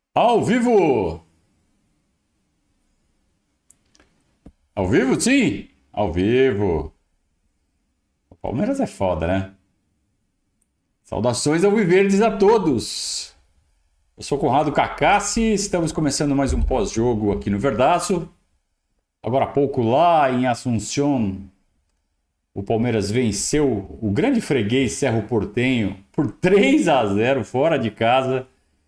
Ao vivo! Ao vivo, sim! Ao vivo! O Palmeiras é foda, né? Saudações ao Viverdes a todos! Eu sou Conrado Cacassi, estamos começando mais um pós-jogo aqui no Verdaço. Agora há pouco lá em Assunção, o Palmeiras venceu o grande freguês Cerro Porteño por 3-0 fora de casa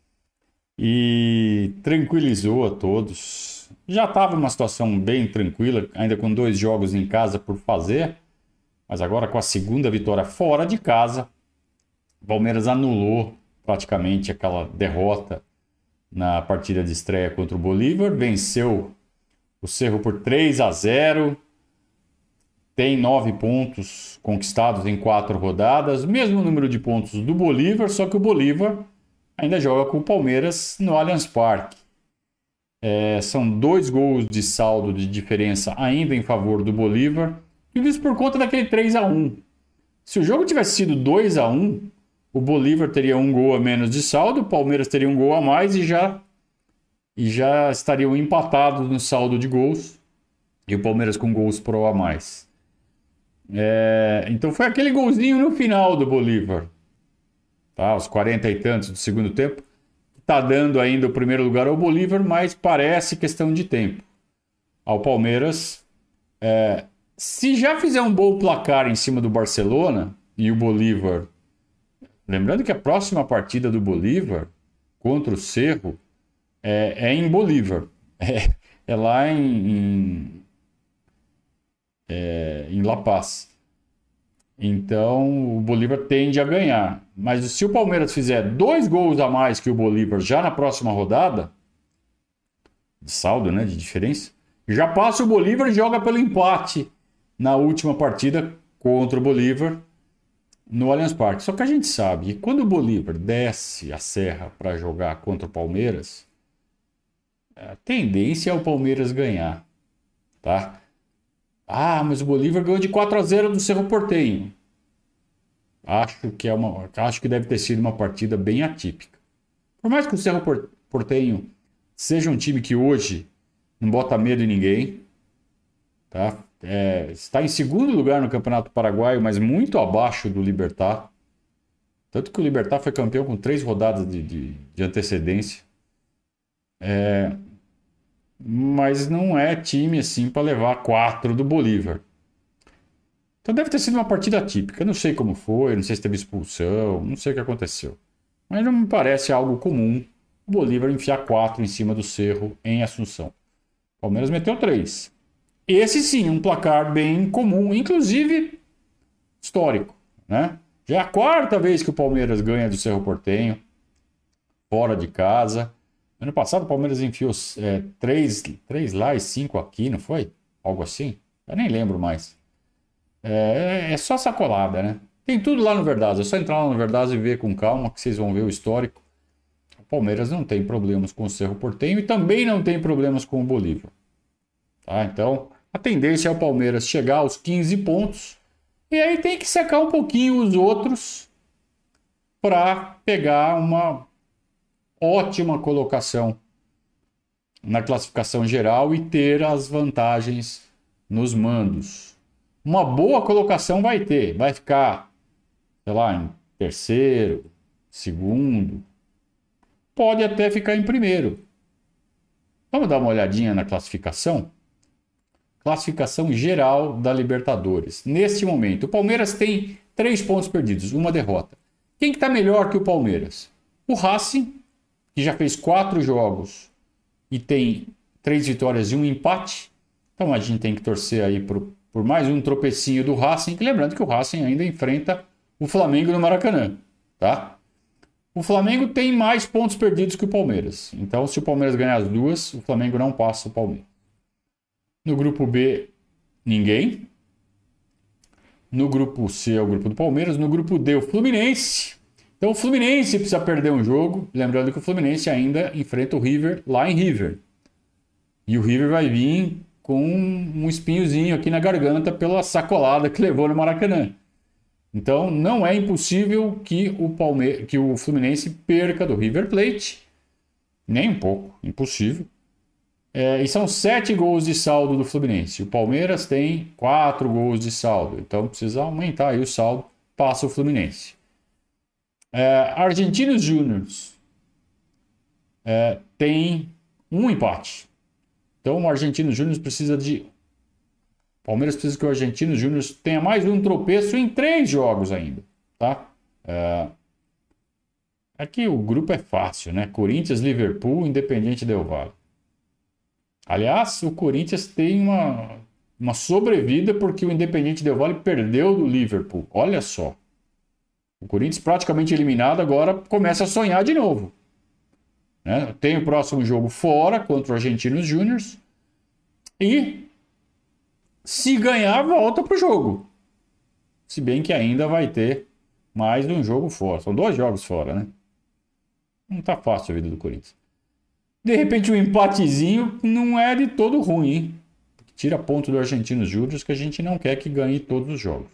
e tranquilizou a todos. Já estava uma situação bem tranquila, ainda com 2 jogos em casa por fazer, mas agora com a segunda vitória fora de casa, o Palmeiras anulou praticamente aquela derrota na partida de estreia contra o Bolívar, venceu o Cerro por 3-0, tem 9 pontos conquistados em 4 rodadas, mesmo número de pontos do Bolívar, só que o Bolívar ainda joga com o Palmeiras no Allianz Parque. São 2 gols de saldo de diferença ainda em favor do Bolívar, e isso por conta daquele 3-1. Se o jogo tivesse sido 2-1, o Bolívar teria 1 gol a menos de saldo, o Palmeiras teria 1 gol a mais e já estariam empatados no saldo de gols, e o Palmeiras com gols pro a mais. Então foi aquele golzinho no final do Bolívar, tá? Aos 40 e tantos do segundo tempo, está dando ainda o primeiro lugar ao Bolívar, mas parece questão de tempo. Ao Palmeiras, se já fizer um bom placar em cima do Barcelona e o Bolívar, lembrando que a próxima partida do Bolívar contra o Cerro é em Bolívar, é lá em La Paz. Então o Bolívar tende a ganhar. Mas se o Palmeiras fizer 2 gols a mais que o Bolívar já na próxima rodada, de saldo, né, de diferença, já passa o Bolívar e joga pelo empate na última partida contra o Bolívar no Allianz Parque. Só que a gente sabe que quando o Bolívar desce a serra para jogar contra o Palmeiras, a tendência é o Palmeiras ganhar, tá? Ah, mas o Bolívar ganhou de 4-0 do Cerro Porteño. Acho que deve ter sido uma partida bem atípica. Por mais que o Cerro Porteño seja um time que hoje não bota medo em ninguém, tá? Está em segundo lugar no Campeonato Paraguaio, mas muito abaixo do Libertad. Tanto que o Libertad foi campeão com 3 rodadas de antecedência. Mas não é time assim para levar 4 do Bolívar. Então deve ter sido uma partida atípica. Não sei como foi, não sei se teve expulsão, não sei o que aconteceu. Mas não me parece algo comum o Bolívar enfiar 4 em cima do Cerro em Assunção. O Palmeiras meteu 3. Esse sim, um placar bem comum, inclusive histórico, né? Já é a 4ª vez que o Palmeiras ganha do Cerro Porteño, fora de casa. Ano passado o Palmeiras enfiou 3 lá e 5 aqui, não foi? Algo assim? Eu nem lembro mais. É só sacolada, né? Tem tudo lá no Verdazo. É só entrar lá no Verdazo e ver com calma que vocês vão ver o histórico. O Palmeiras não tem problemas com o Cerro Porteño e também não tem problemas com o Bolívar. Tá? Então, a tendência é o Palmeiras chegar aos 15 pontos e aí tem que secar um pouquinho os outros para pegar uma ótima colocação na classificação geral e ter as vantagens nos mandos. Uma boa colocação vai ter, vai ficar, sei lá, em terceiro, segundo, pode até ficar em primeiro. Vamos dar uma olhadinha na classificação? Classificação geral da Libertadores. Neste momento, o Palmeiras tem 3 pontos perdidos, uma derrota. Quem que está melhor que o Palmeiras? O Racing, que já fez 4 jogos e tem 3 vitórias e um empate. Então a gente tem que torcer aí por mais um tropecinho do Racing. Lembrando que o Racing ainda enfrenta o Flamengo no Maracanã, tá? O Flamengo tem mais pontos perdidos que o Palmeiras. Então, se o Palmeiras ganhar as 2, o Flamengo não passa o Palmeiras. No grupo B, ninguém. No grupo C é o grupo do Palmeiras. No grupo D, o Fluminense. Então o Fluminense precisa perder um jogo. Lembrando que o Fluminense ainda enfrenta o River lá em River. E o River vai vir com um espinhozinho aqui na garganta pela sacolada que levou no Maracanã. Então não é impossível que o Fluminense perca do River Plate Nem um pouco. Impossível. E são 7 gols de saldo do Fluminense. O Palmeiras tem 4 gols de saldo. Então precisa aumentar aí o saldo. Passa o Fluminense. Argentinos Júniors tem um empate. Então o Argentinos Júniors precisa de... O Palmeiras precisa que o Argentinos Júniors tenha mais um tropeço em 3 jogos ainda. Tá? Aqui o grupo é fácil, né? Corinthians, Liverpool, Independiente Del Valle. Aliás, o Corinthians tem uma sobrevida porque o Independiente Del Valle perdeu do Liverpool. Olha só. O Corinthians praticamente eliminado agora começa a sonhar de novo. Né? Tem o próximo jogo fora contra o Argentinos Júniors. E se ganhar, volta para o jogo. Se bem que ainda vai ter mais um jogo fora. São 2 jogos fora, né? Não tá fácil a vida do Corinthians. De repente, um empatezinho não é de todo ruim, hein? Tira ponto do Argentinos Júniors, que a gente não quer que ganhe todos os jogos.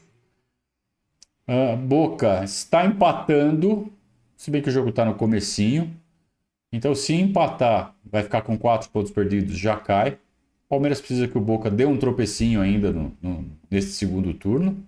Boca está empatando, se bem que o jogo está no comecinho. Então, se empatar, vai ficar com 4 pontos perdidos, já cai. O Palmeiras precisa que o Boca dê um tropecinho ainda nesse segundo turno.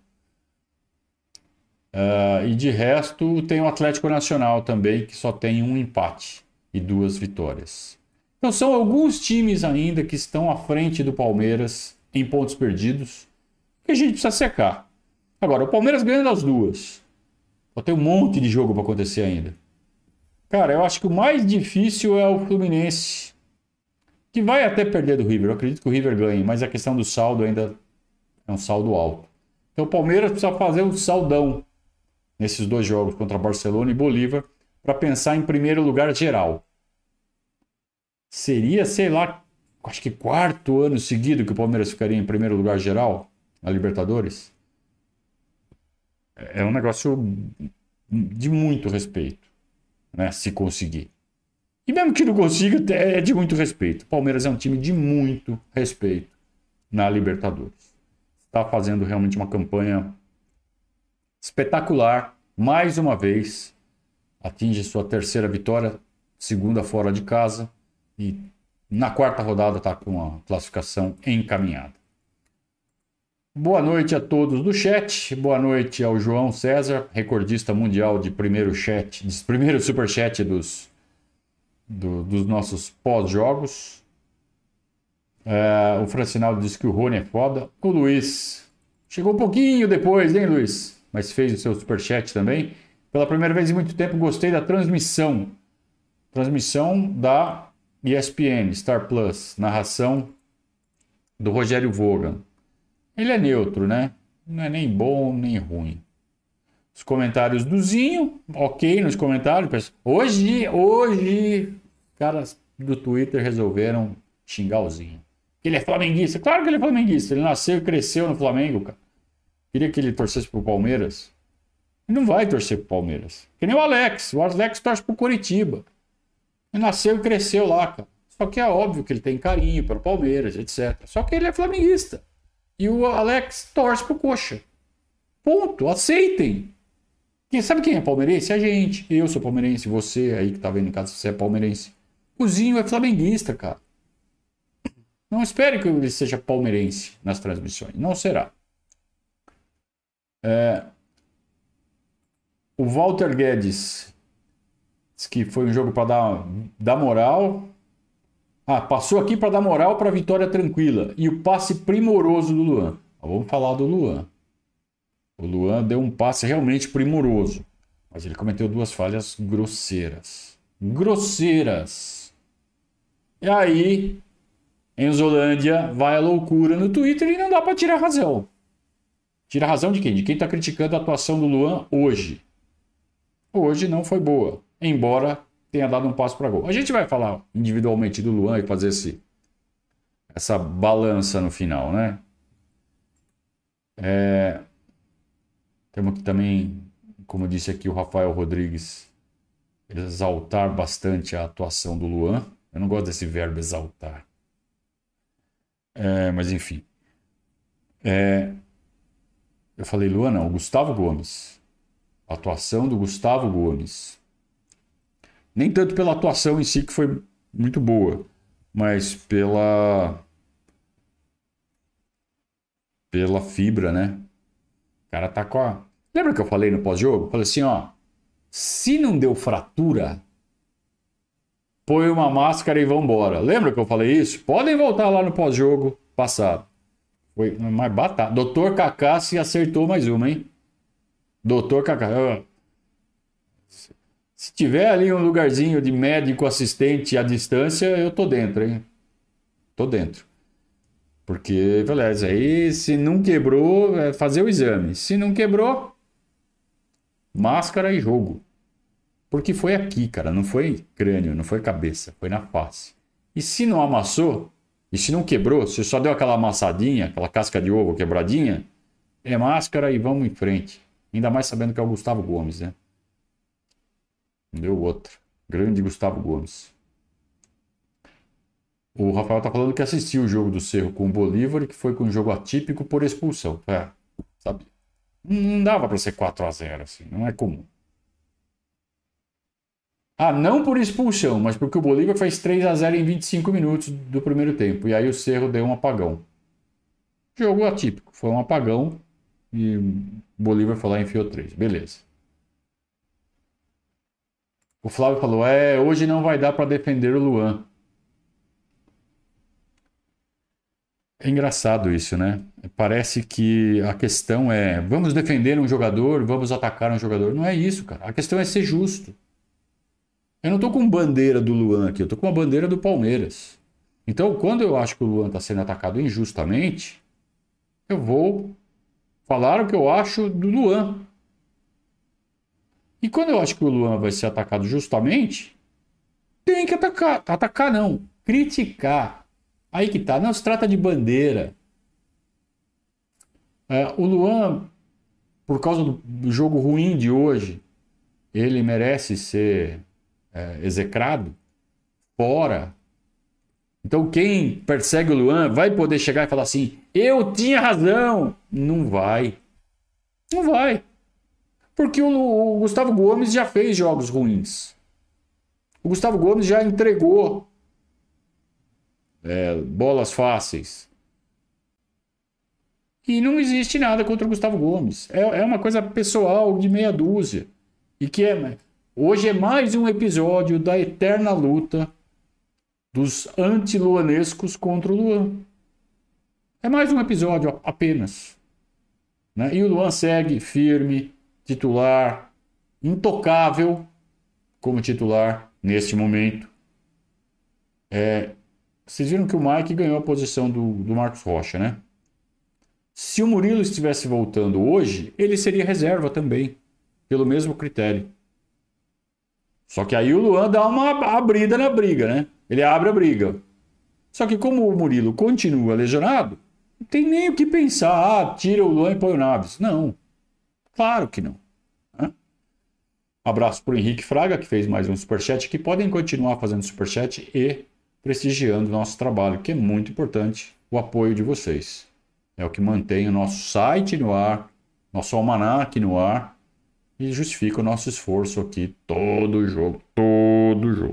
E de resto, tem o Atlético Nacional também, que só tem um empate e 2 vitórias. Então são alguns times ainda que estão à frente do Palmeiras em pontos perdidos, que a gente precisa secar. Agora, o Palmeiras ganha das 2. Só tem um monte de jogo para acontecer ainda. Cara, eu acho que o mais difícil é o Fluminense, que vai até perder do River. Eu acredito que o River ganhe, mas a questão do saldo ainda é um saldo alto. Então o Palmeiras precisa fazer um saldão nesses 2 jogos contra Barcelona e Bolívar para pensar em primeiro lugar geral. Seria, sei lá, acho que 4º ano seguido que o Palmeiras ficaria em primeiro lugar geral na Libertadores. É um negócio de muito respeito, né? Se conseguir. E mesmo que não consiga, é de muito respeito. O Palmeiras é um time de muito respeito na Libertadores. Está fazendo realmente uma campanha espetacular. Mais uma vez, atinge sua 3ª vitória, 2ª fora de casa. E na 4ª rodada está com a classificação encaminhada. Boa noite a todos do chat. Boa noite ao João César, recordista mundial de primeiro superchat dos nossos pós-jogos. O Francinaldo disse que o Rony é foda. O Luiz chegou um pouquinho depois, hein, Luiz? Mas fez o seu superchat também. Pela primeira vez em muito tempo, gostei da transmissão. Transmissão da ESPN, Star Plus, narração do Rogério Vogan. Ele é neutro, né? Não é nem bom nem ruim. Os comentários do Zinho, ok nos comentários. Hoje, caras do Twitter resolveram xingar o Zinho. Ele é flamenguista. Claro que ele é flamenguista. Ele nasceu e cresceu no Flamengo, cara. Queria que ele torcesse pro Palmeiras. Ele não vai torcer pro Palmeiras. Que nem o Alex. O Alex torce pro Coritiba. Ele nasceu e cresceu lá, cara. Só que é óbvio que ele tem carinho pelo Palmeiras, etc. Só que ele é flamenguista. E o Alex torce pro Coxa. Ponto. Aceitem. Sabe quem é palmeirense? A gente. Eu sou palmeirense. Você aí que tá vendo em casa, você é palmeirense. O Zinho é flamenguista, cara. Não espere que ele seja palmeirense nas transmissões. Não será. O Walter Guedes diz que foi um jogo para dar moral. Passou aqui para dar moral para a vitória tranquila. E o passe primoroso do Luan. Vamos falar do Luan. O Luan deu um passe realmente primoroso. Mas ele cometeu 2 falhas grosseiras. Grosseiras. E aí, Enzolândia vai à loucura no Twitter e não dá para tirar razão. Tira razão de quem? De quem está criticando a atuação do Luan hoje. Hoje não foi boa. Embora tenha dado um passo para gol. A gente vai falar individualmente do Luan e fazer essa balança no final, né? Temos que também, como disse aqui o Rafael Rodrigues, exaltar bastante a atuação do Luan. Eu não gosto desse verbo exaltar. Mas enfim. Eu falei Luan, não, o Gustavo Gomes. A atuação do Gustavo Gomes. Nem tanto pela atuação em si, que foi muito boa, mas pela fibra, né? O cara tá com a... Lembra que eu falei no pós-jogo? Falei assim, ó, se não deu fratura, põe uma máscara e vambora. Lembra que eu falei isso? Podem voltar lá no pós-jogo passado. Foi mais batata. Doutor Kaká se acertou mais uma, hein? Doutor Kaká. Se tiver ali um lugarzinho de médico assistente à distância, eu tô dentro, hein? Tô dentro. Porque, beleza, aí se não quebrou, é fazer o exame. Se não quebrou, máscara e jogo. Porque foi aqui, cara, não foi crânio, não foi cabeça, foi na face. E se não amassou, e se não quebrou, se só deu aquela amassadinha, aquela casca de ovo quebradinha, é máscara e vamos em frente. Ainda mais sabendo que é o Gustavo Gomes, né? Deu outra. Grande Gustavo Gomes. O Rafael tá falando que assistiu o jogo do Cerro com o Bolívar e que foi com um jogo atípico por expulsão. É, sabe? Não dava para ser 4-0 assim, não é comum. Ah, não por expulsão, mas porque o Bolívar fez 3-0 em 25 minutos do primeiro tempo. E aí o Cerro deu um apagão. Jogo atípico, foi um apagão e o Bolívar foi lá e enfiou 3. Beleza. O Flávio falou: hoje não vai dar para defender o Luan. É engraçado isso, né? Parece que a questão é: vamos defender um jogador, vamos atacar um jogador. Não é isso, cara. A questão é ser justo. Eu não tô com bandeira do Luan aqui, eu tô com uma bandeira do Palmeiras. Então, quando eu acho que o Luan está sendo atacado injustamente, eu vou falar o que eu acho do Luan. E quando eu acho que o Luan vai ser atacado justamente, tem que atacar. Atacar não, criticar. Aí que tá, não se trata de bandeira. O Luan, por causa do jogo ruim de hoje, ele merece ser execrado fora. Então quem persegue o Luan vai poder chegar e falar assim: eu tinha razão. Não vai. Não vai. Porque o Gustavo Gomes já fez jogos ruins. O Gustavo Gomes já entregou bolas fáceis. E não existe nada contra o Gustavo Gomes. É uma coisa pessoal de meia dúzia. E que hoje é mais um episódio da eterna luta dos anti-luanescos contra o Luan. É mais um episódio apenas. Né? E o Luan segue firme, titular, intocável como titular neste momento. Vocês viram que o Mike ganhou a posição do Marcos Rocha, né? Se o Murilo estivesse voltando hoje, ele seria reserva também, pelo mesmo critério. Só que aí o Luan dá uma abrida na briga, né? Ele abre a briga. Só que como o Murilo continua lesionado, não tem nem o que pensar. Tira o Luan e põe o Naves. Não. Claro que não. Abraço para o Henrique Fraga, que fez mais um superchat, que podem continuar fazendo superchat e prestigiando o nosso trabalho, que é muito importante o apoio de vocês. É o que mantém o nosso site no ar, nosso almanaque no ar e justifica o nosso esforço aqui todo jogo, todo jogo.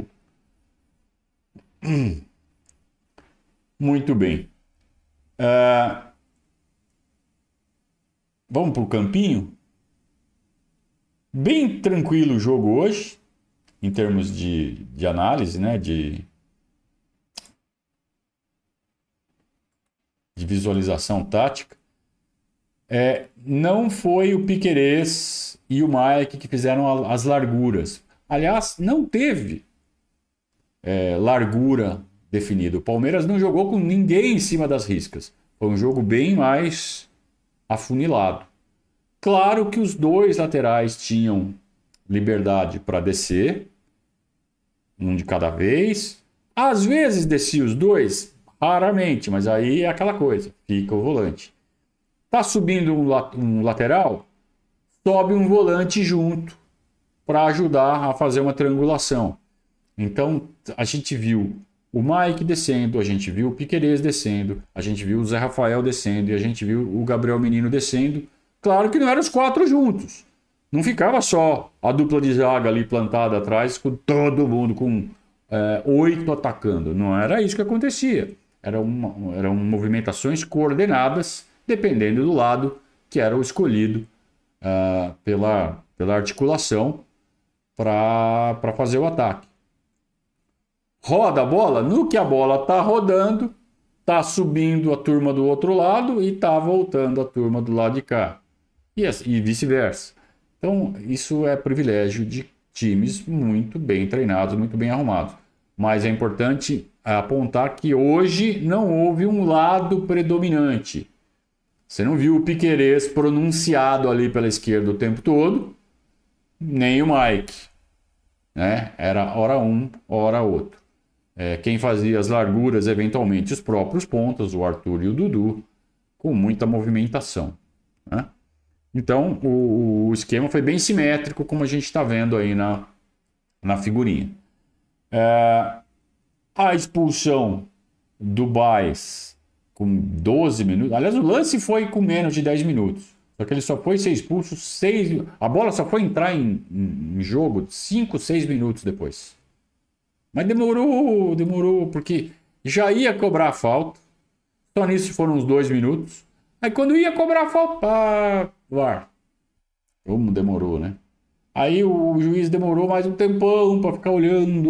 Muito bem. Vamos para o campinho? Bem tranquilo o jogo hoje, em termos de análise, né? De visualização tática. Não foi o Piquerez e o Mike que fizeram as larguras. Aliás, não teve largura definida. O Palmeiras não jogou com ninguém em cima das riscas. Foi um jogo bem mais afunilado. Claro que os dois laterais tinham liberdade para descer, um de cada vez. Às vezes descia os dois, raramente, mas aí é aquela coisa, fica o volante. Tá subindo um lateral, sobe um volante junto para ajudar a fazer uma triangulação. Então a gente viu o Mike descendo, a gente viu o Piquerez descendo, a gente viu o Zé Rafael descendo e a gente viu o Gabriel Menino descendo. Claro que não eram os quatro juntos. Não ficava só a dupla de zaga ali plantada atrás com todo mundo, com 8 atacando. Não era isso que acontecia. Eram movimentações coordenadas, dependendo do lado que era o escolhido pela articulação para fazer o ataque. Roda a bola, no que a bola está rodando, está subindo a turma do outro lado e está voltando a turma do lado de cá. E vice-versa. Então, isso é privilégio de times muito bem treinados, muito bem arrumados. Mas é importante apontar que hoje não houve um lado predominante. Você não viu o Piquerez pronunciado ali pela esquerda o tempo todo, nem o Mike. Né? Era hora um, hora outro. Quem fazia as larguras, eventualmente, os próprios pontas, o Arthur e o Dudu, com muita movimentação. Né? Então, o esquema foi bem simétrico, como a gente está vendo aí na figurinha. A expulsão do Baez com 12 minutos. Aliás, o lance foi com menos de 10 minutos. Só que ele só foi ser expulso 6. A bola só foi entrar em jogo 5, 6 minutos depois. Mas demorou, porque já ia cobrar a falta. Só nisso foram uns 2 minutos. Aí quando ia cobrar a falta, VAR. Como demorou, né? Aí o juiz demorou mais um tempão para ficar olhando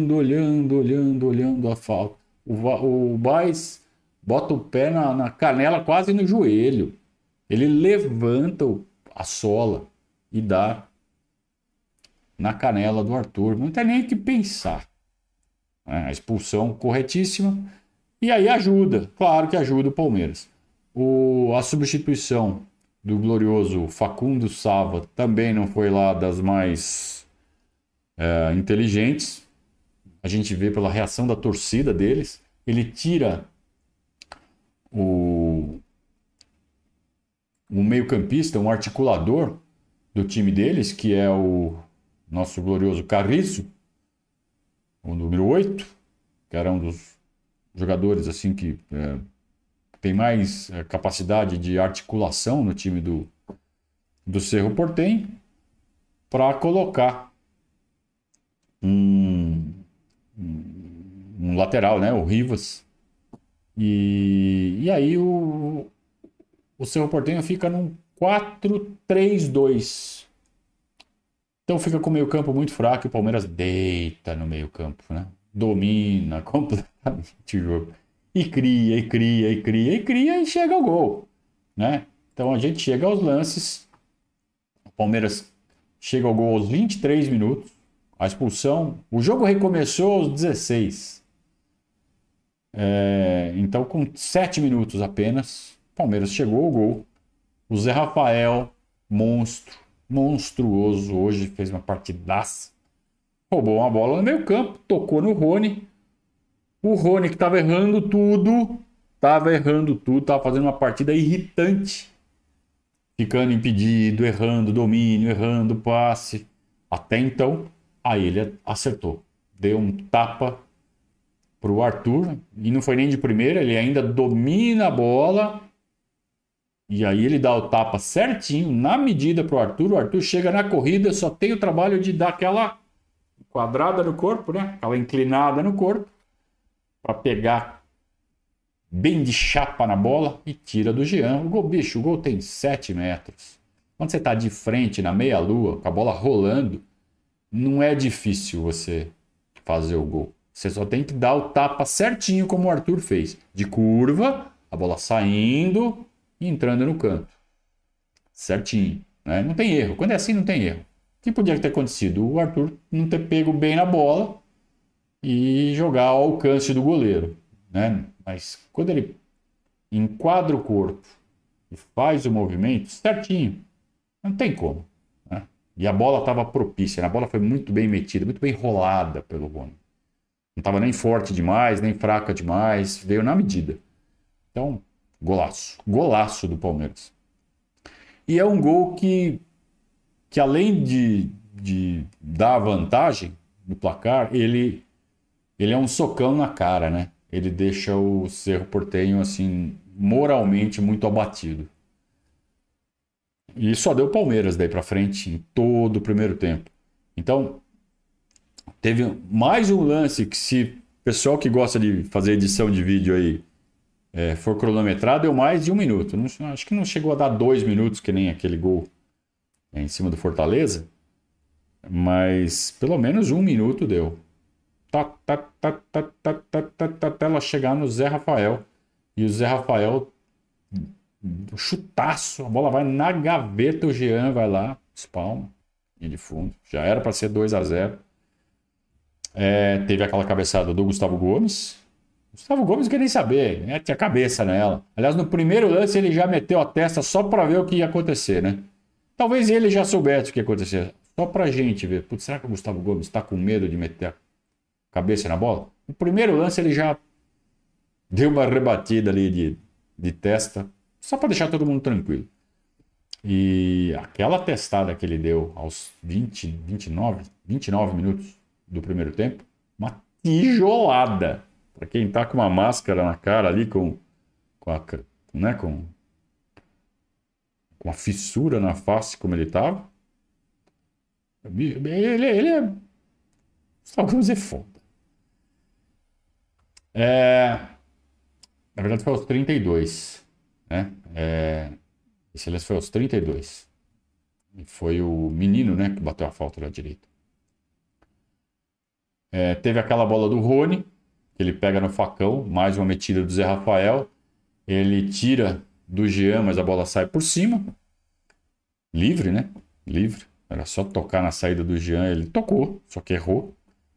a falta. O Baez bota o pé na canela, quase no joelho. Ele levanta a sola e dá na canela do Arthur. Não tem nem o que pensar. A expulsão corretíssima. E aí ajuda, claro que ajuda o Palmeiras. A substituição do glorioso Facundo Sava também não foi lá das mais inteligentes. A gente vê pela reação da torcida deles. Ele tira o meio-campista, um articulador do time deles, que é o nosso glorioso Carriço, o número 8, que era um dos jogadores assim que tem mais capacidade de articulação no time do Cerro Porteño, para colocar um lateral, né, o Rivas. E aí o Cerro Porteño fica num 4-3-2. Então fica com o meio campo muito fraco e o Palmeiras deita no meio campo, né? Domina completamente o jogo. E cria e chega ao gol, né? Então a gente chega aos lances. O Palmeiras chega ao gol aos 23 minutos. A expulsão. O jogo recomeçou aos 16. Então com 7 minutos apenas, o Palmeiras chegou ao gol. O Zé Rafael, monstruoso, hoje fez uma partidaça. Roubou uma bola no meio campo, tocou no Rony. O Rony, que estava errando tudo, estava fazendo uma partida irritante. Ficando impedido, errando domínio, errando passe. Até então, aí ele acertou. Deu um tapa para o Arthur, e não foi nem de primeira, ele ainda domina a bola. E aí ele dá o tapa certinho, na medida para o Arthur. O Arthur chega na corrida, só tem o trabalho de dar aquela quadrada no corpo, né? Aquela inclinada no corpo, para pegar bem de chapa na bola e tira do Jean. O gol tem 7 metros. Quando você está de frente na meia-lua, com a bola rolando, não é difícil você fazer o gol. Você só tem que dar o tapa certinho, como o Arthur fez. De curva, a bola saindo e entrando no canto. Certinho. Né? Não tem erro. Quando é assim, não tem erro. O que podia ter acontecido? O Arthur não ter pego bem na bola e jogar ao alcance do goleiro. Né? Mas quando ele enquadra o corpo e faz o movimento certinho, não tem como. Né? E a bola estava propícia. A bola foi muito bem metida, muito bem rolada pelo Rony. Não estava nem forte demais, nem fraca demais. Veio na medida. Então, golaço. Golaço do Palmeiras. E é um gol que além de dar vantagem no placar, ele é um socão na cara, né? Ele deixa o Cerro Porteño, assim, moralmente muito abatido. E só deu Palmeiras daí pra frente em todo o primeiro tempo. Então, Teve mais um lance que, se o pessoal que gosta de fazer edição de vídeo aí for cronometrado, deu mais de 1 minuto. Acho que não chegou a dar 2 minutos, que nem aquele gol em cima do Fortaleza, mas pelo menos 1 minuto deu. Até ela chegar no Zé Rafael. E o Zé Rafael, chutaço, a bola vai na gaveta, o Jean vai lá, espalma, e de fundo. Já era para ser 2-0. Teve aquela cabeçada do Gustavo Gomes. Gustavo Gomes não queria nem saber, tinha cabeça nela. Aliás, no primeiro lance ele já meteu a testa só para ver o que ia acontecer, né? Talvez ele já soubesse o que ia acontecer. Só pra gente ver. Putz, será que o Gustavo Gomes está com medo de meter a cabeça na bola? No primeiro lance ele já deu uma rebatida ali de testa, só para deixar todo mundo tranquilo. E aquela testada que ele deu aos 29 minutos do primeiro tempo, uma tijolada. Para quem tá com uma máscara na cara ali, com a fissura na face como ele tava. Ele é... Talvez é foda. Na verdade foi aos 32. Né? Esse lance foi aos 32. E foi o menino, né, que bateu a falta da direita. Teve aquela bola do Rony, que ele pega no facão, mais uma metida do Zé Rafael. Ele tira do Jean, mas a bola sai por cima. Livre, né? Livre. Era só tocar na saída do Jean, ele tocou, só que errou.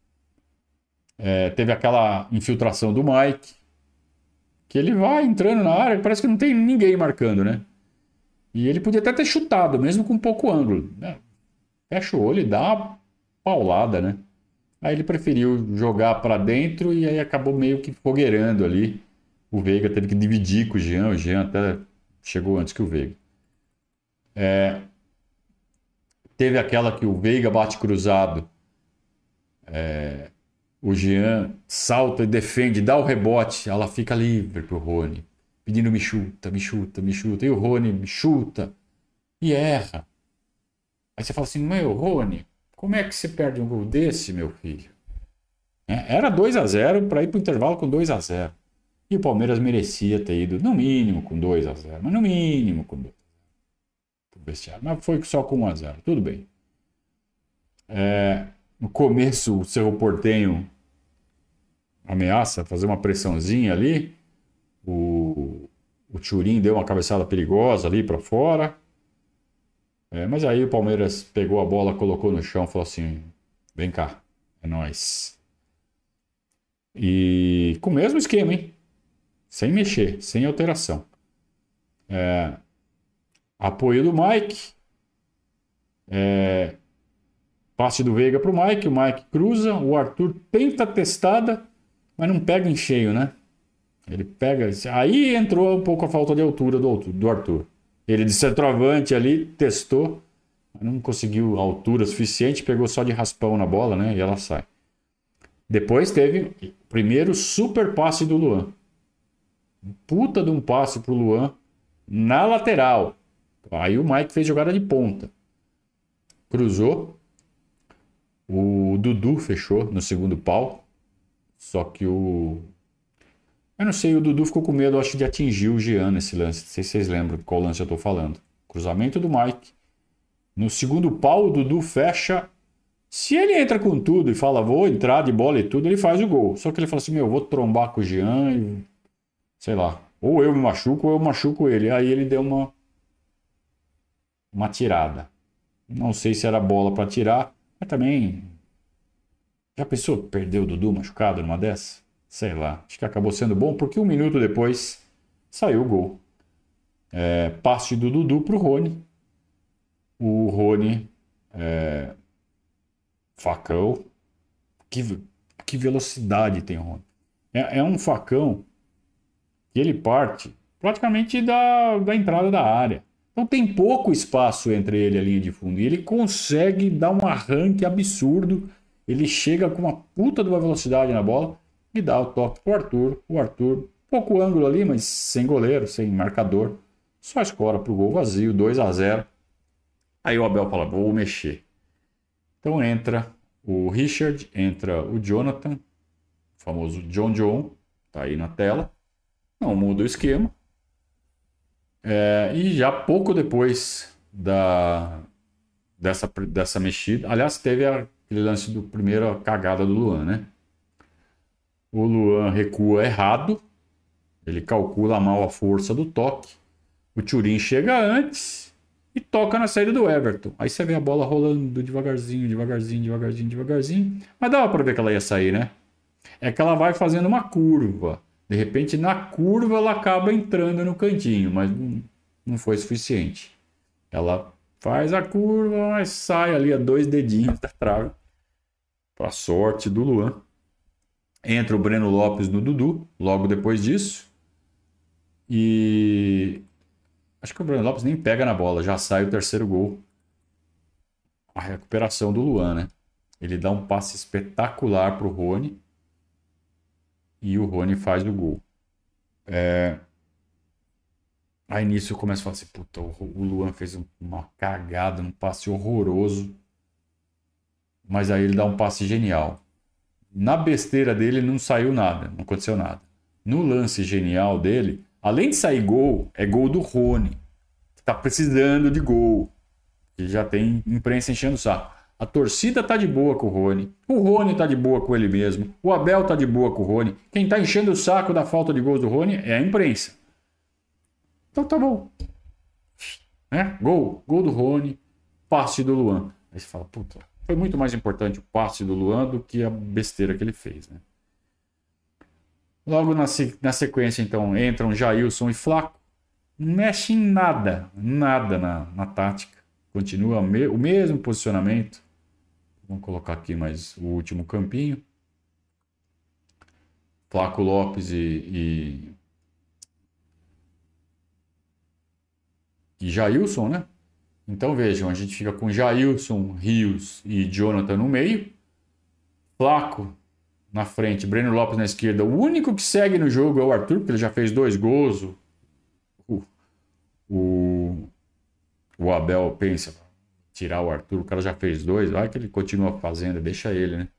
Teve aquela infiltração do Mike, que ele vai entrando na área, parece que não tem ninguém marcando, né? E ele podia até ter chutado, mesmo com pouco ângulo. Fecha o olho e dá uma paulada, né? Aí ele preferiu jogar para dentro e aí acabou meio que fogueirando ali. O Veiga teve que dividir com o Jean até chegou antes que o Veiga. Teve aquela que o Veiga bate cruzado. O Jean salta e defende, dá o rebote, ela fica livre pro Rony, pedindo me chuta, me chuta, me chuta. E o Rony me chuta e erra. Aí você fala assim, meu, Rony, como é que você perde um gol desse, meu filho? Era 2-0 para ir pro intervalo com 2-0. E o Palmeiras merecia ter ido no mínimo com 2-0, mas no mínimo com 2-0. Mas foi só com 1-0, tudo bem. No começo, o Cerro Porteño ameaça fazer uma pressãozinha ali. O Thurin deu uma cabeçada perigosa ali para fora. Mas aí o Palmeiras pegou a bola, colocou no chão e falou assim: vem cá, é nóis. E com o mesmo esquema, hein? Sem mexer, sem alteração. Apoio do Mike. Passe do Veiga para o Mike cruza, o Arthur tenta a testada, mas não pega em cheio, né? Ele pega... Aí entrou um pouco a falta de altura do Arthur. Ele de centroavante ali, testou, mas não conseguiu altura suficiente, pegou só de raspão na bola, né? E ela sai. Depois teve o primeiro super passe do Luan. Puta de um passe pro Luan na lateral. Aí o Mike fez jogada de ponta. Cruzou. O Dudu fechou no segundo pau. Só que eu não sei, o Dudu ficou com medo, acho, de atingir o Jean nesse lance. Não sei se vocês lembram qual lance eu tô falando. Cruzamento do Mike. No segundo pau, o Dudu fecha. Se ele entra com tudo e fala, vou entrar de bola e tudo, ele faz o gol. Só que ele fala assim, meu, eu vou trombar com o Jean e... sei lá. Ou eu me machuco ou eu machuco ele. Aí ele deu uma tirada. Não sei se era bola para tirar, mas também... Já pensou perder o Dudu machucado numa dessa? Sei lá. Acho que acabou sendo bom porque 1 minuto depois saiu o gol. Passe do Dudu pro Rony. O Rony... facão. Que velocidade tem o Rony. É um facão que ele parte praticamente da entrada da área. Então tem pouco espaço entre ele e a linha de fundo. E ele consegue dar um arranque absurdo. Ele chega com uma puta de uma velocidade na bola e dá o toque pro Arthur. O Arthur, pouco ângulo ali, mas sem goleiro, sem marcador. Só escora pro gol vazio, 2-0. Aí o Abel fala, vou mexer. Então entra o Richard, entra o Jonathan, o famoso John, tá aí na tela. Não muda o esquema. E já pouco depois dessa mexida, aliás, teve aquele lance do primeiro cagada do Luan, né? O Luan recua errado, ele calcula mal a força do toque. O Thuram chega antes e toca na saída do Everton. Aí você vê a bola rolando devagarzinho. Mas dava para ver que ela ia sair, né? É que ela vai fazendo uma curva. De repente, na curva, ela acaba entrando no cantinho, mas não foi suficiente. Ela faz a curva, mas sai ali a 2 dedinhos da trave. Para sorte do Luan. Entra o Breno Lopes no Dudu, logo depois disso. E acho que o Breno Lopes nem pega na bola, já sai o terceiro gol. A recuperação do Luan, né? Ele dá um passe espetacular pro Rony. E o Rony faz o gol. Aí nisso eu começo a falar assim, puta, o Luan fez uma cagada, um passe horroroso. Mas aí ele dá um passe genial. Na besteira dele não saiu nada, não aconteceu nada. No lance genial dele, além de sair gol, é gol do Rony. Tá precisando de gol. E já tem imprensa enchendo o saco. A torcida tá de boa com o Rony tá de boa com ele mesmo, o Abel tá de boa com o Rony. Quem tá enchendo o saco da falta de gols do Rony é a imprensa. Então tá bom. Gol do Rony, passe do Luan. Aí você fala, puta, foi muito mais importante o passe do Luan do que a besteira que ele fez, né? Logo na sequência, então, entram Jailson e Flaco. Não mexe em nada na tática. Continua o mesmo posicionamento. Vamos colocar aqui mais o último campinho. Flaco Lopes e Jailson, né? Então vejam, a gente fica com Jailson, Rios e Jonathan no meio. Flaco na frente, Breno Lopes na esquerda. O único que segue no jogo é o Arthur, porque ele já fez 2 gols. O Abel pensa, tirar o Arthur, o cara já fez 2, vai que ele continua fazendo, deixa ele, né?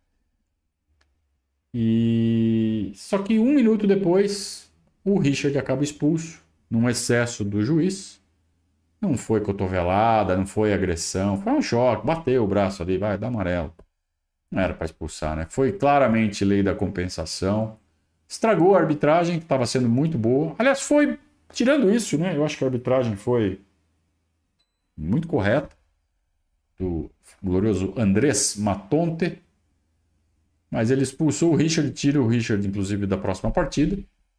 E só que 1 minuto depois, o Richard acaba expulso, num excesso do juiz. Não foi cotovelada, não foi agressão, foi um choque, bateu o braço ali, vai, dá amarelo. Não era para expulsar, né? Foi claramente lei da compensação. Estragou a arbitragem, que estava sendo muito boa. Aliás, foi, tirando isso, né? Eu acho que a arbitragem foi muito correta. Do glorioso Andrés Matonte. Mas ele expulsou o Richard, tira o Richard, inclusive, da próxima partida.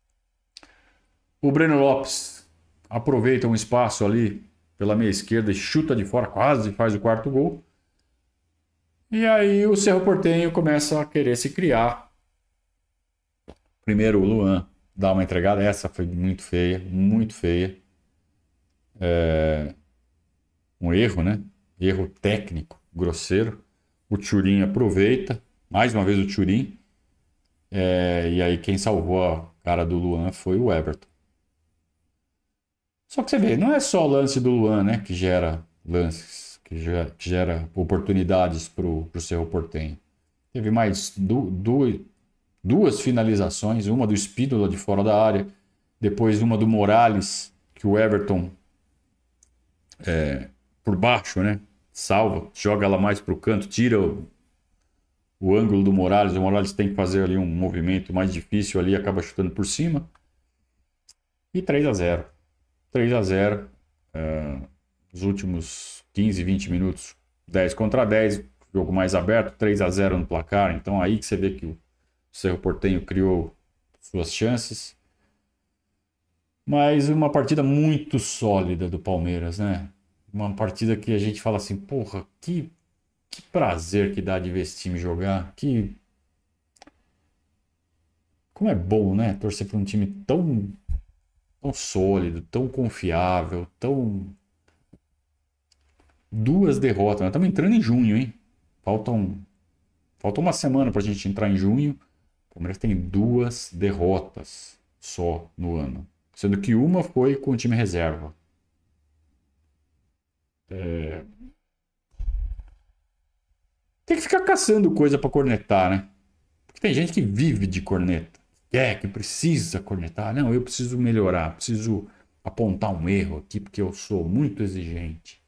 O Breno Lopes aproveita um espaço ali pela meia esquerda e chuta de fora, quase faz o 4º gol. E aí o Cerro Porteño começa a querer se criar. Primeiro o Luan dá uma entregada, essa foi muito feia, muito feia. Um erro, né? Erro técnico, grosseiro. O Thuram aproveita, mais uma vez o Thuram. E aí quem salvou a cara do Luan foi o Everton. Só que você vê, não é só o lance do Luan, né, que gera lances, que gera oportunidades para o Cerro Porteño. Teve mais duas finalizações, uma do Spínola de fora da área, depois uma do Morales, que o Everton por baixo, né, salva, joga ela mais para o canto, tira o ângulo do Morales. O Morales tem que fazer ali um movimento mais difícil ali, acaba chutando por cima. E 3-0. 3-0. Os últimos 15, 20 minutos, 10 contra 10, jogo mais aberto, 3-0 no placar. Então aí que você vê que o Cerro Porteño criou suas chances. Mas uma partida muito sólida do Palmeiras, né? Uma partida que a gente fala assim, porra, que prazer que dá de ver esse time jogar. Como é bom, né? Torcer para um time tão sólido, tão confiável, tão... 2 derrotas. Nós estamos entrando em junho, hein? Falta uma semana para a gente entrar em junho. O Palmeiras tem 2 derrotas só no ano. Sendo que uma foi com o time reserva. tem que ficar caçando coisa para cornetar, né? Porque tem gente que vive de corneta. Que precisa cornetar. Não, eu preciso melhorar, preciso apontar um erro aqui, porque eu sou muito exigente.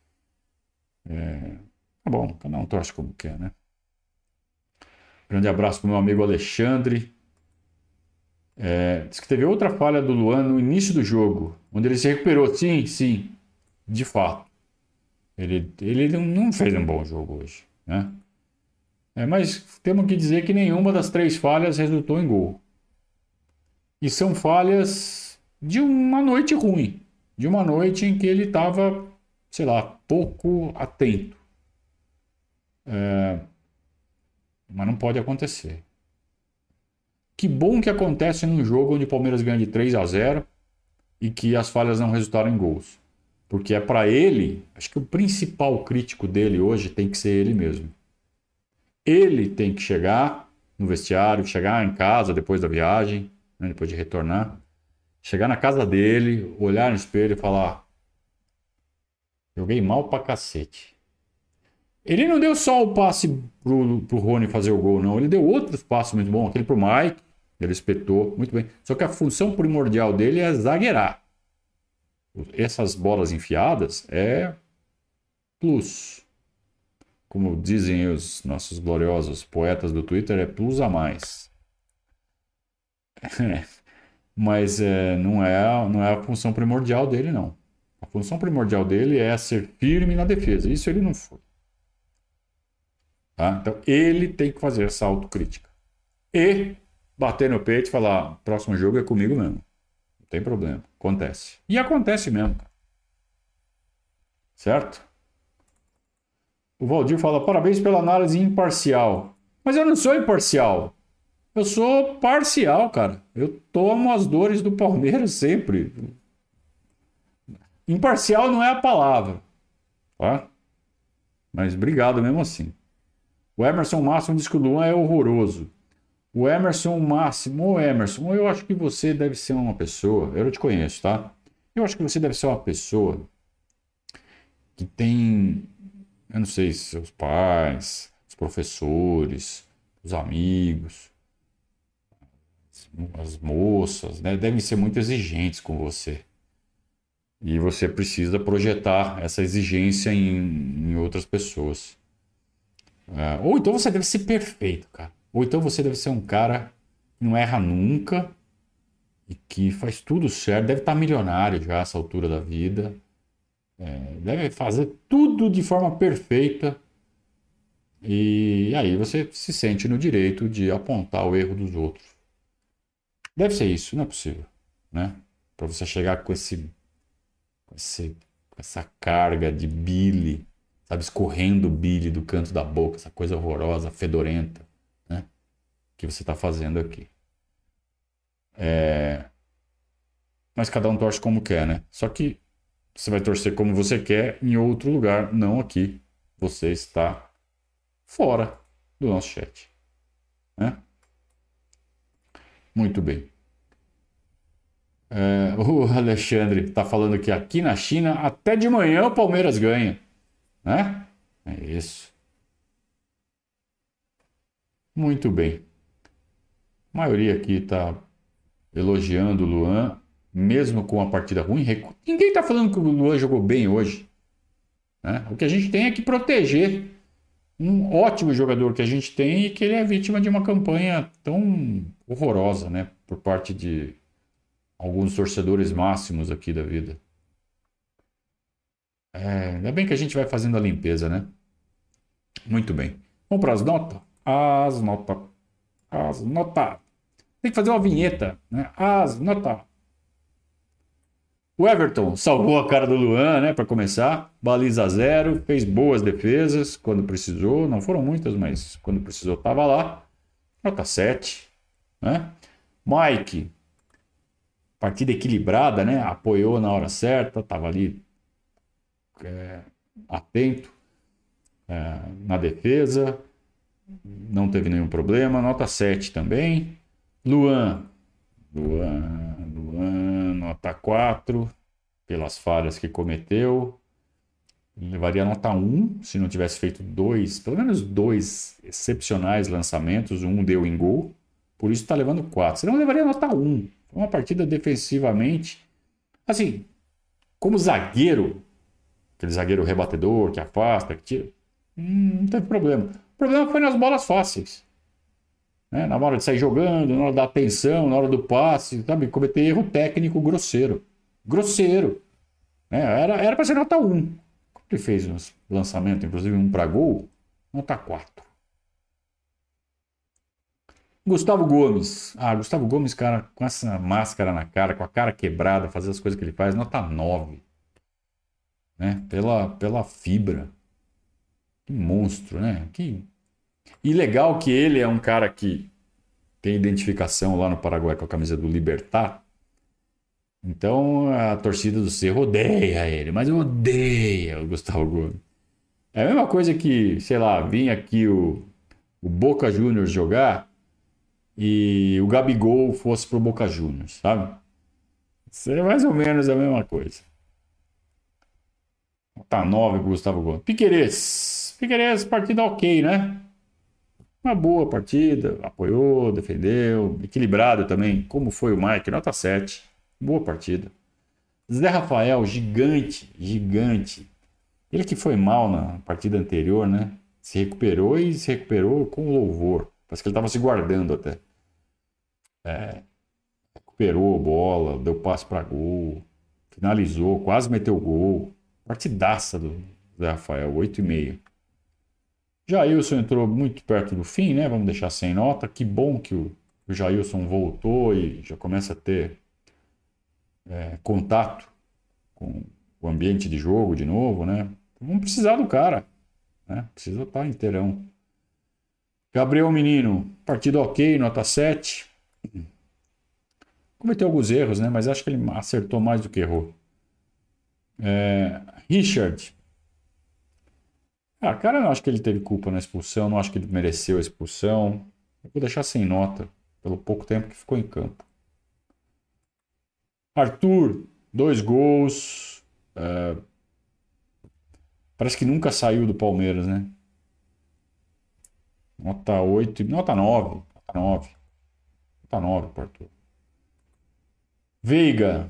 Tá bom, cada um torce como quer, né? Grande abraço para o meu amigo Alexandre. Diz que teve outra falha do Luan no início do jogo, onde ele se recuperou. Sim, sim, de fato. Ele não fez um bom jogo hoje, né? Mas temos que dizer que nenhuma das 3 falhas resultou em gol. E são falhas de uma noite ruim. De uma noite em que ele estava, sei lá, pouco atento. Mas não pode acontecer. Que bom que acontece num jogo onde o Palmeiras ganha de 3-0 e que as falhas não resultaram em gols. Porque é para ele, acho que o principal crítico dele hoje tem que ser ele mesmo. Ele tem que chegar no vestiário, chegar em casa depois da viagem, né, depois de retornar, chegar na casa dele, olhar no espelho e falar: joguei mal pra cacete. Ele não deu só o passe pro Rony fazer o gol, não. Ele deu outros passes muito bons. Aquele pro Mike, ele espetou muito bem. Só que a função primordial dele é zagueirar. Essas bolas enfiadas é plus. Como dizem os nossos gloriosos poetas do Twitter, é plus a mais. Mas não é a função primordial dele, não. A função primordial dele é ser firme na defesa. Isso ele não foi. Tá? Então ele tem que fazer essa autocrítica. E bater no peito e falar: próximo jogo é comigo mesmo. Não tem problema. Acontece. E acontece mesmo. Certo? O Valdir fala: parabéns pela análise imparcial. Mas eu não sou imparcial. Eu sou parcial, cara. Eu tomo as dores do Palmeiras sempre. Imparcial não é a palavra. Tá? Mas obrigado mesmo assim. O Emerson Máximo diz que o Luan é horroroso. O Emerson Máximo, Emerson, eu acho que você deve ser uma pessoa, eu não te conheço, tá? Eu acho que você deve ser uma pessoa que tem, eu não sei, seus pais, os professores, os amigos, as moças, né, devem ser muito exigentes com você. E você precisa projetar essa exigência em outras pessoas. Ou então você deve ser perfeito, cara. Ou então você deve ser um cara que não erra nunca e que faz tudo certo. Deve estar milionário já a essa altura da vida. Deve fazer tudo de forma perfeita. E aí você se sente no direito de apontar o erro dos outros. Deve ser isso, não é possível, né? Para você chegar com essa carga de bile, sabe, escorrendo bile do canto da boca, essa coisa horrorosa, fedorenta, né? Que você está fazendo aqui. Mas cada um torce como quer, né? Só que você vai torcer como você quer em outro lugar, não aqui. Você está fora do nosso chat, né? Muito bem. O Alexandre está falando que aqui na China, até de manhã o Palmeiras ganha, né? É isso. Muito bem. A maioria aqui está elogiando o Luan, mesmo com a partida ruim. Ninguém está falando que o Luan jogou bem hoje, né? O que a gente tem é que proteger um ótimo jogador que a gente tem e que ele é vítima de uma campanha tão horrorosa, né? Por parte de alguns torcedores máximos aqui da vida. Ainda bem que a gente vai fazendo a limpeza, né? Muito bem. Vamos para as notas? As notas. As notas. Tem que fazer uma vinheta, né? As notas. O Everton salvou a cara do Luan, né? Para começar. Baliza 0. Fez boas defesas quando precisou. Não foram muitas, mas quando precisou estava lá. Nota 7. Né? Mike. Partida equilibrada, né? Apoiou na hora certa. Estava ali atento na defesa. Não teve nenhum problema. Nota 7 também. Luan, nota 4, pelas falhas que cometeu. Ele levaria nota 1 se não tivesse feito pelo menos dois excepcionais lançamentos. Um deu em gol, por isso está levando 4. Senão levaria nota 1. Foi uma partida defensivamente. Assim, como zagueiro, aquele zagueiro rebatedor que afasta, que tira, não teve problema. O problema foi nas bolas fáceis. Né? Na hora de sair jogando, na hora da atenção, na hora do passe, sabe? Cometer erro técnico grosseiro. Grosseiro. Né? Era para ser nota 1. Quando ele fez um lançamento, inclusive um para gol, nota 4. Gustavo Gomes. Gustavo Gomes, cara, com essa máscara na cara, com a cara quebrada, fazer as coisas que ele faz, nota 9. Né? Pela fibra. Que monstro, né? E legal que ele é um cara que tem identificação lá no Paraguai com a camisa do Libertad. Então a torcida do Cerro odeia ele, mas odeia o Gustavo Gomes. É a mesma coisa que, sei lá, vinha aqui o Boca Juniors jogar e o Gabigol fosse pro Boca Juniors, sabe? Isso é mais ou menos a mesma coisa. Tá 9 com o Gustavo Gomes. Piquerez, partida ok, né? Uma boa partida, apoiou, defendeu, equilibrado também, como foi o Mike, nota 7. Boa partida. Zé Rafael, gigante, gigante. Ele que foi mal na partida anterior, né? Se recuperou com louvor. Parece que ele estava se guardando até. Recuperou a bola, deu passe para gol, finalizou, quase meteu gol. Partidaça do Zé Rafael, 8,5. Jailson entrou muito perto do fim, né? Vamos deixar sem nota. Que bom que o Jailson voltou e já começa a ter contato com o ambiente de jogo de novo, né? Vamos precisar do cara, né? Precisa estar inteirão. Gabriel Menino, partida ok, nota 7. Cometeu alguns erros, né? Mas acho que ele acertou mais do que errou. Richard. Cara, eu não acho que ele teve culpa na expulsão, não acho que ele mereceu a expulsão. Eu vou deixar sem nota, pelo pouco tempo que ficou em campo. Arthur, 2 gols. Parece que nunca saiu do Palmeiras, né? Nota 8, nota 9. Nota 9. Nota 9 pro Arthur. Veiga.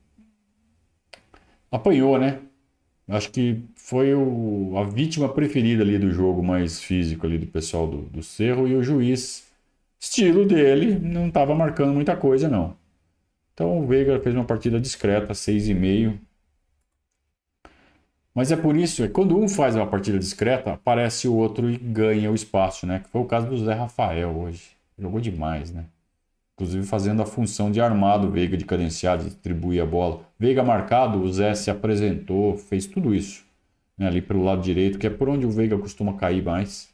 Apanhou, né? Acho que foi a vítima preferida ali do jogo mais físico ali do pessoal do Cerro, e o juiz, estilo dele, não estava marcando muita coisa, não. Então o Veiga fez uma partida discreta, 6,5. Mas é por isso, quando um faz uma partida discreta, aparece o outro e ganha o espaço, né? Que foi o caso do Zé Rafael hoje. Jogou demais, né? Inclusive fazendo a função de armado, Veiga de cadenciado, de distribuir a bola. Veiga marcado, o Zé se apresentou, fez tudo isso. Né? Ali pelo lado direito, que é por onde o Veiga costuma cair mais.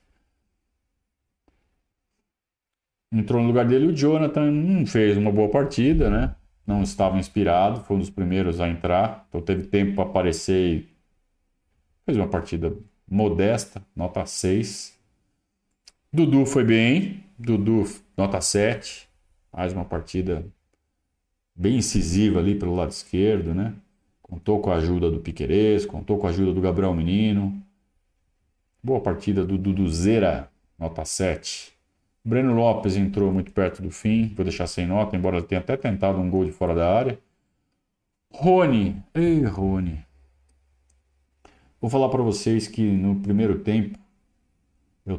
Entrou no lugar dele o Jonathan, não fez uma boa partida, né? Não estava inspirado, foi um dos primeiros a entrar. Então teve tempo para aparecer e fez uma partida modesta, nota 6. Dudu foi bem, Dudu nota 7. Mais uma partida bem incisiva ali pelo lado esquerdo, né? Contou com a ajuda do Piquerez, contou com a ajuda do Gabriel Menino. Boa partida do Duduzeira, nota 7. Breno Lopes entrou muito perto do fim, vou deixar sem nota, embora ele tenha até tentado um gol de fora da área. Rony, Rony. Vou falar para vocês que no primeiro tempo eu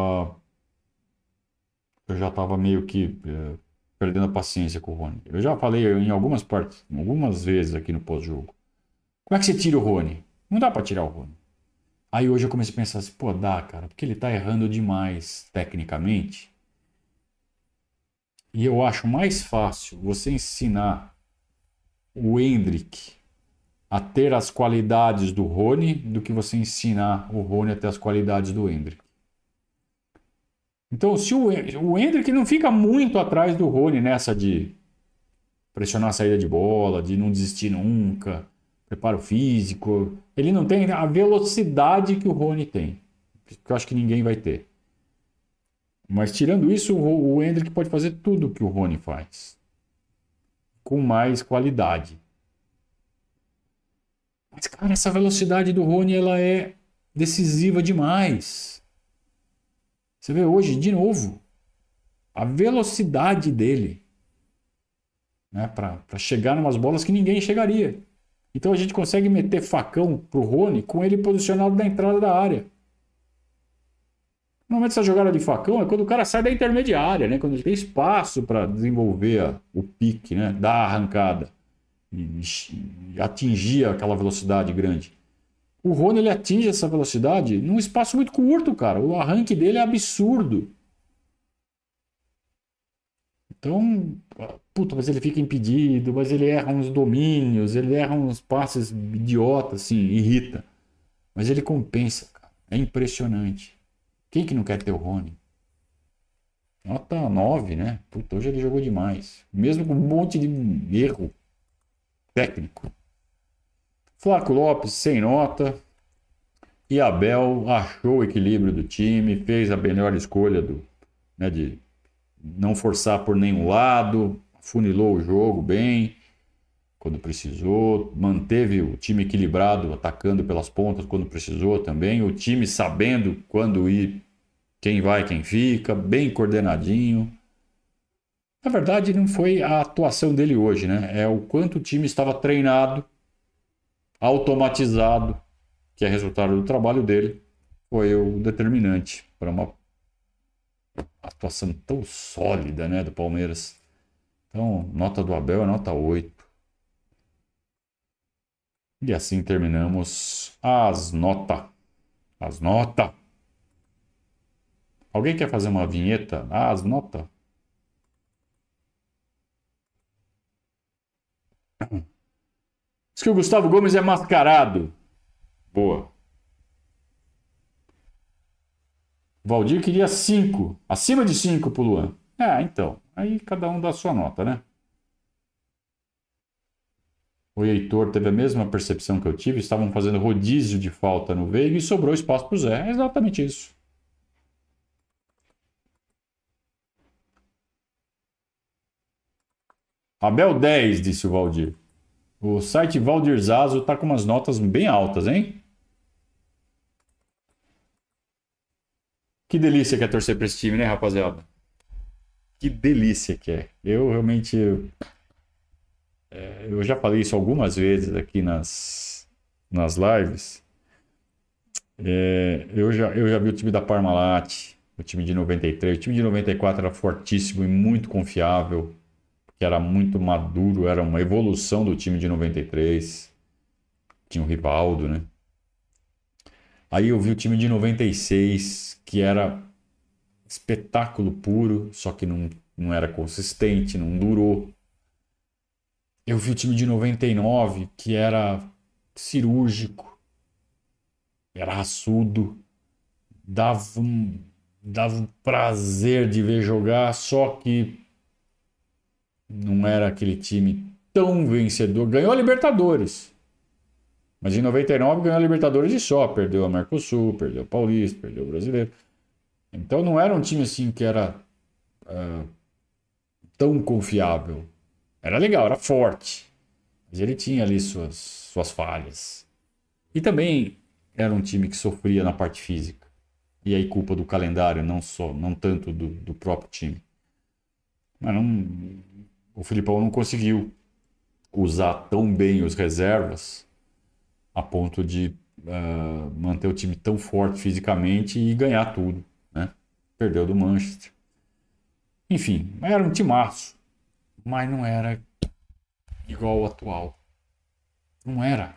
já estava meio que perdendo a paciência com o Rony. Eu já falei em algumas partes, algumas vezes aqui no pós-jogo. Como é que você tira o Rony? Não dá para tirar o Rony. Aí hoje eu comecei a pensar assim, pô, dá, cara, porque ele tá errando demais tecnicamente. E eu acho mais fácil você ensinar o Endrick a ter as qualidades do Rony do que você ensinar o Rony a ter as qualidades do Endrick. Então, se o Endrick não fica muito atrás do Rony nessa de pressionar a saída de bola, de não desistir nunca, preparo físico, ele não tem a velocidade que o Rony tem, que eu acho que ninguém vai ter. Mas tirando isso, o Endrick pode fazer tudo que o Rony faz, com mais qualidade. Mas, cara, essa velocidade do Rony, ela é decisiva demais. Você vê hoje, de novo, a velocidade dele, né, para chegar em umas bolas que ninguém chegaria. Então a gente consegue meter facão pro Rony com ele posicionado na entrada da área. Normalmente essa jogada de facão é quando o cara sai da intermediária, né? Quando ele tem espaço para desenvolver o pique, né? Dar a arrancada e atingir aquela velocidade grande. O Rony ele atinge essa velocidade num espaço muito curto, cara. O arranque dele é absurdo. Então, puta, mas ele fica impedido, mas ele erra uns domínios, ele erra uns passes idiotas, assim, irrita. Mas ele compensa, cara. É impressionante. Quem que não quer ter o Rony? Nota 9, né? Puta, hoje ele jogou demais. Mesmo com um monte de erro técnico. Flaco Lopes, sem nota. E Abel achou o equilíbrio do time, fez a melhor escolha né, de não forçar por nenhum lado, funilou o jogo bem quando precisou, manteve o time equilibrado, atacando pelas pontas quando precisou também, o time sabendo quando ir, quem vai, quem fica, bem coordenadinho. Na verdade, não foi a atuação dele hoje, né? É o quanto o time estava treinado, automatizado, que é resultado do trabalho dele, foi o determinante para uma atuação tão sólida, né, do Palmeiras. Então, nota do Abel é nota 8. E assim terminamos as notas. As notas. Alguém quer fazer uma vinheta? Ah, as notas. Diz que o Gustavo Gomes é mascarado. Boa. Valdir queria 5. Acima de 5 pro Luan. Então. Aí cada um dá a sua nota, né? O Heitor teve a mesma percepção que eu tive. Estavam fazendo rodízio de falta no Veiga e sobrou espaço pro Zé. É exatamente isso. Abel 10, disse o Valdir. O site Valdir Zazo tá com umas notas bem altas, hein? Que delícia que é torcer pra esse time, né, rapaziada? Que delícia que é. Eu realmente. Eu já falei isso algumas vezes aqui nas lives. Eu já vi o time da Parmalat, o time de 93. O time de 94 era fortíssimo e muito confiável, que era muito maduro, era uma evolução do time de 93. Tinha o Rivaldo, né? Aí eu vi o time de 96, que era espetáculo puro, só que não era consistente, não durou. Eu vi o time de 99, que era cirúrgico, era raçudo, dava um prazer de ver jogar, só que não era aquele time tão vencedor. Ganhou a Libertadores, mas em 99 ganhou a Libertadores e só. Perdeu a Mercosul, perdeu o Paulista, perdeu o Brasileiro. Então não era um time assim que era tão confiável. Era legal, era forte, mas ele tinha ali suas falhas. E também era um time que sofria na parte física. E aí culpa do calendário, não tanto do próprio time. Mas o Filipão não conseguiu usar tão bem os reservas a ponto de manter o time tão forte fisicamente e ganhar tudo, né? Perdeu do Manchester. Enfim, era um timaço, mas não era igual ao atual. Não era.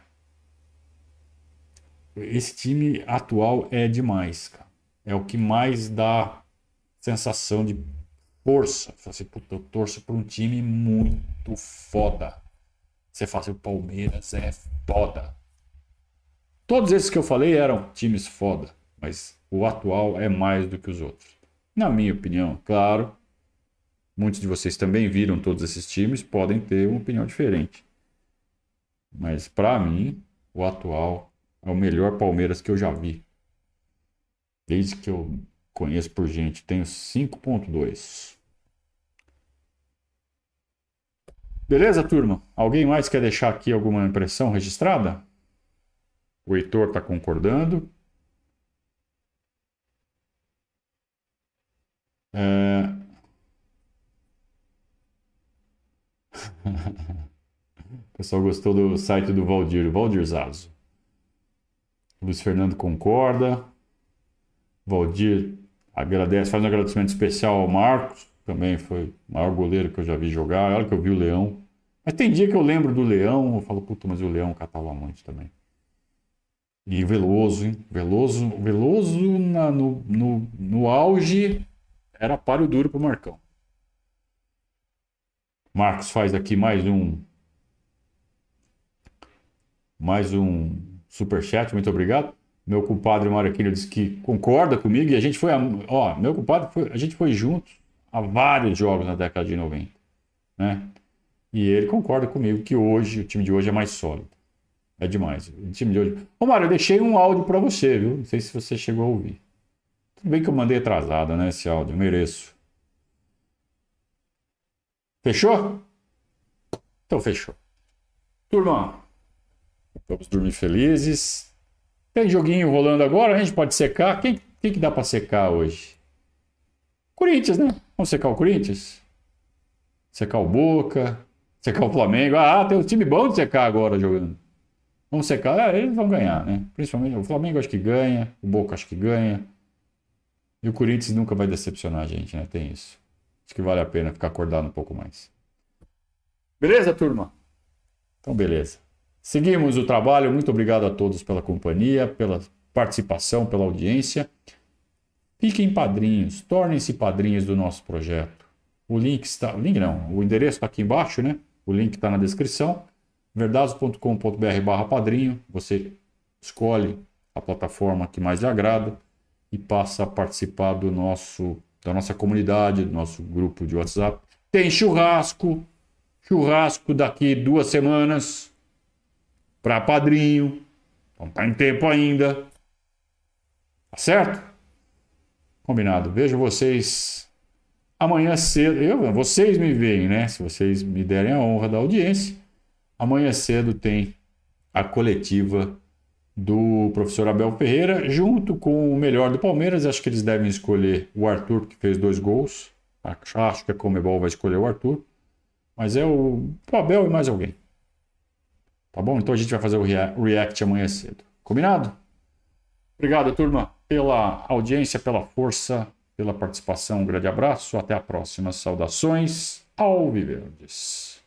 Esse time atual é demais, cara. É o que mais dá sensação de força. Você fala assim, puta, eu torço por um time muito foda. Você fala assim, o Palmeiras é foda. Todos esses que eu falei eram times foda, mas o atual é mais do que os outros. Na minha opinião, claro, muitos de vocês também viram todos esses times, podem ter uma opinião diferente. Mas para mim, o atual é o melhor Palmeiras que eu já vi. Desde que eu conheço por gente, tenho 5.2. Beleza, turma? Alguém mais quer deixar aqui alguma impressão registrada? O Heitor está concordando. O pessoal gostou do site do Valdir, Valdir Zazo. Luiz Fernando concorda. Valdir agradece, faz um agradecimento especial ao Marcos, também foi o maior goleiro que eu já vi jogar. Olha que eu vi o Leão. Mas tem dia que eu lembro do Leão, eu falo, puta, mas o Leão catava muito também. E Veloso, hein? Veloso no auge era páreo duro pro Marcão. Marcos faz aqui mais um superchat, muito obrigado. Meu compadre Maraquinho disse que concorda comigo e a gente foi, meu compadre, a gente foi juntos a vários jogos na década de 90, né? E ele concorda comigo que hoje, o time de hoje é mais sólido. É demais. O time de hoje... Ô, Mário, eu deixei um áudio para você, viu? Não sei se você chegou a ouvir. Tudo bem que eu mandei atrasado, né, esse áudio, eu mereço. Fechou? Então fechou. Turma, vamos dormir felizes. Tem joguinho rolando agora, a gente pode secar. Quem que dá para secar hoje? Corinthians, né? Vamos secar o Corinthians? Secar o Boca? Secar o Flamengo? Ah, tem um time bom de secar agora jogando. Vamos secar, eles vão ganhar, né? Principalmente o Flamengo acho que ganha, o Boca acho que ganha. E o Corinthians nunca vai decepcionar a gente, né? Tem isso. Acho que vale a pena ficar acordado um pouco mais. Beleza, turma? Então, beleza. Seguimos o trabalho. Muito obrigado a todos pela companhia, pela participação, pela audiência. Fiquem padrinhos, tornem-se padrinhos do nosso projeto. O link está... O link não, o endereço está aqui embaixo, né? O link está na descrição. Verdados.com.br/padrinho. Você escolhe a plataforma que mais lhe agrada e passa a participar da nossa comunidade, do nosso grupo de WhatsApp. Tem churrasco daqui 2 semanas para padrinho. Então tá em tempo ainda. Tá certo? Combinado. Vejo vocês amanhã cedo. Vocês me veem, né? Se vocês me derem a honra da audiência. Amanhã cedo tem a coletiva do professor Abel Ferreira, junto com o melhor do Palmeiras. Acho que eles devem escolher o Arthur, que fez 2 gols. Acho que a Conmebol vai escolher o Arthur. Mas é o Abel e mais alguém. Tá bom? Então a gente vai fazer o react amanhã cedo. Combinado? Obrigado, turma, pela audiência, pela força, pela participação. Um grande abraço. Até a próxima. Saudações ao Viverdes.